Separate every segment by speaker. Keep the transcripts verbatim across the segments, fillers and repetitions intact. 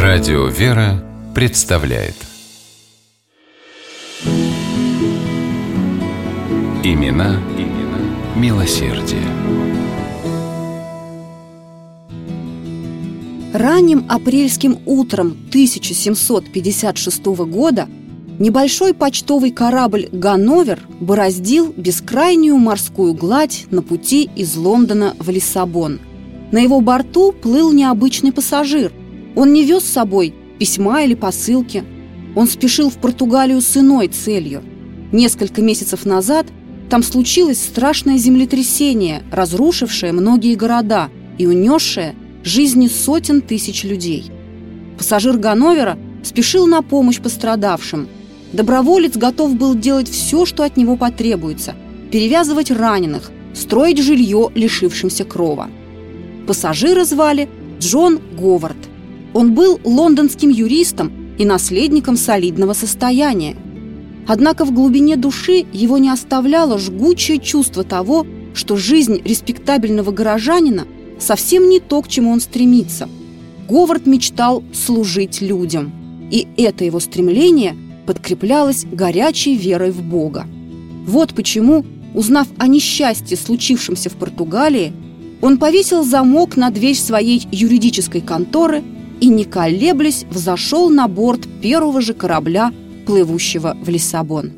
Speaker 1: Радио «Вера» представляет Имена, имена милосердия.
Speaker 2: Ранним апрельским утром тысяча семьсот пятьдесят шестого года небольшой почтовый корабль «Ганновер» бороздил бескрайнюю морскую гладь на пути из Лондона в Лиссабон. На его борту плыл необычный пассажир. Он не вез с собой письма или посылки. Он спешил в Португалию с иной целью. Несколько месяцев назад там случилось страшное землетрясение, разрушившее многие города и унесшее жизни сотен тысяч людей. Пассажир «Ганновера» спешил на помощь пострадавшим. Доброволец готов был делать все, что от него потребуется: перевязывать раненых, строить жилье лишившимся крова. Пассажира звали Джон Говард. Он был лондонским юристом и наследником солидного состояния. Однако в глубине души его не оставляло жгучее чувство того, что жизнь респектабельного горожанина совсем не то, к чему он стремится. Говард мечтал служить людям, и это его стремление подкреплялось горячей верой в Бога. Вот почему, узнав о несчастье, случившемся в Португалии, он повесил замок на дверь своей юридической конторы и, не колеблясь, взошел на борт первого же корабля, плывущего в Лиссабон.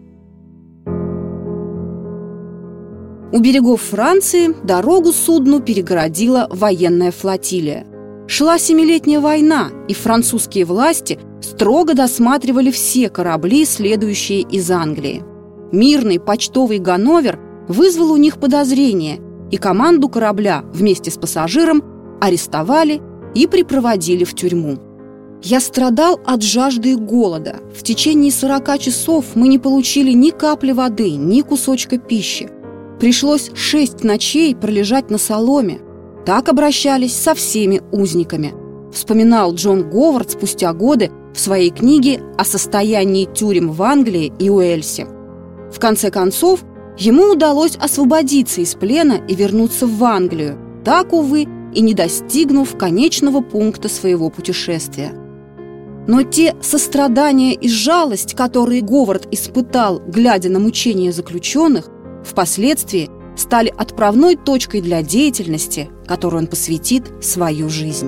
Speaker 2: У берегов Франции дорогу судну перегородила военная флотилия. Шла Семилетняя война, и французские власти строго досматривали все корабли, следующие из Англии. Мирный почтовый «Ганновер» вызвал у них подозрения, и команду корабля вместе с пассажиром арестовали и припроводили в тюрьму. «Я страдал от жажды и голода. В течение сорока часов мы не получили ни капли воды, ни кусочка пищи. Пришлось шесть ночей пролежать на соломе. Так обращались со всеми узниками», вспоминал Джон Говард спустя годы в своей книге о состоянии тюрем в Англии и Уэльсе. В конце концов, ему удалось освободиться из плена и вернуться в Англию, так, увы, и не достигнув конечного пункта своего путешествия. Но те сострадания и жалость, которые Говард испытал, глядя на мучения заключенных, впоследствии стали отправной точкой для деятельности, которой он посвятит свою жизнь.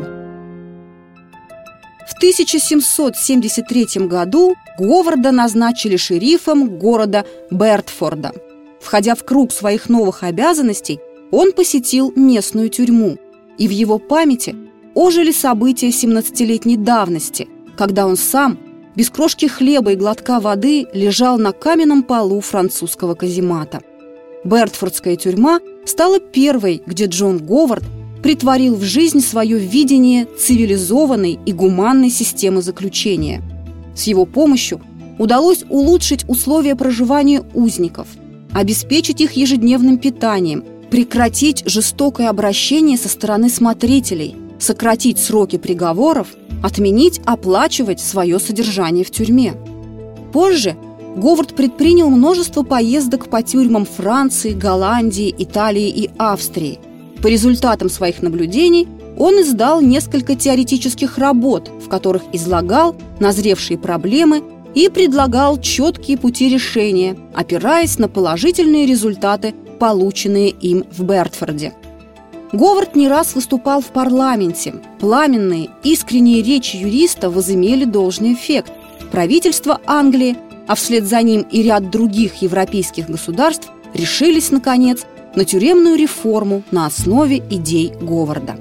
Speaker 2: В тысяча семьсот семьдесят третьем году Говарда назначили шерифом города Бертфорда. Входя в круг своих новых обязанностей, он посетил местную тюрьму, и в его памяти ожили события семнадцатилетней давности, когда он сам, без крошки хлеба и глотка воды, лежал на каменном полу французского каземата. Бертфордская тюрьма стала первой, где Джон Говард претворил в жизнь свое видение цивилизованной и гуманной системы заключения. С его помощью удалось улучшить условия проживания узников, обеспечить их ежедневным питанием, прекратить жестокое обращение со стороны смотрителей, сократить сроки приговоров, отменить оплачивать свое содержание в тюрьме. Позже Говард предпринял множество поездок по тюрьмам Франции, Голландии, Италии и Австрии. По результатам своих наблюдений он издал несколько теоретических работ, в которых излагал назревшие проблемы и предлагал четкие пути решения, опираясь на положительные результаты, полученные им в Бертфорде. Говард не раз выступал в парламенте. Пламенные, искренние речи юриста возымели должный эффект. Правительство Англии, а вслед за ним и ряд других европейских государств, решились, наконец, на тюремную реформу на основе идей Говарда.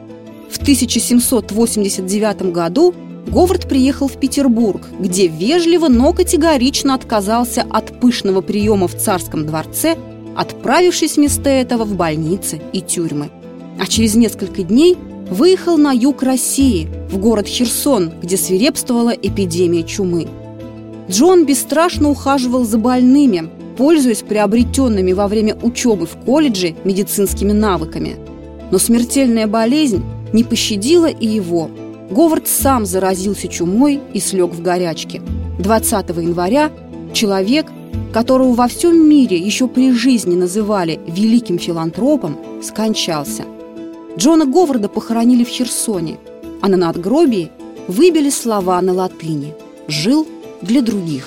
Speaker 2: В тысяча семьсот восемьдесят девятом году Говард приехал в Петербург, где вежливо, но категорично отказался от пышного приема в царском дворце, отправившись вместо этого в больницы и тюрьмы. А через несколько дней выехал на юг России, в город Херсон, где свирепствовала эпидемия чумы. Джон бесстрашно ухаживал за больными, пользуясь приобретенными во время учебы в колледже медицинскими навыками. Но смертельная болезнь не пощадила и его. Говард сам заразился чумой и слег в горячке. двадцатого января человек, которого во всем мире еще при жизни называли великим филантропом, скончался. Джона Говарда похоронили в Херсоне, а на надгробии выбили слова на латыни: «Жил для других».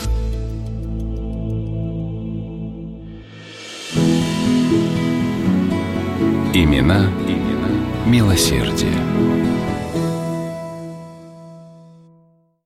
Speaker 1: Имена, имена милосердия.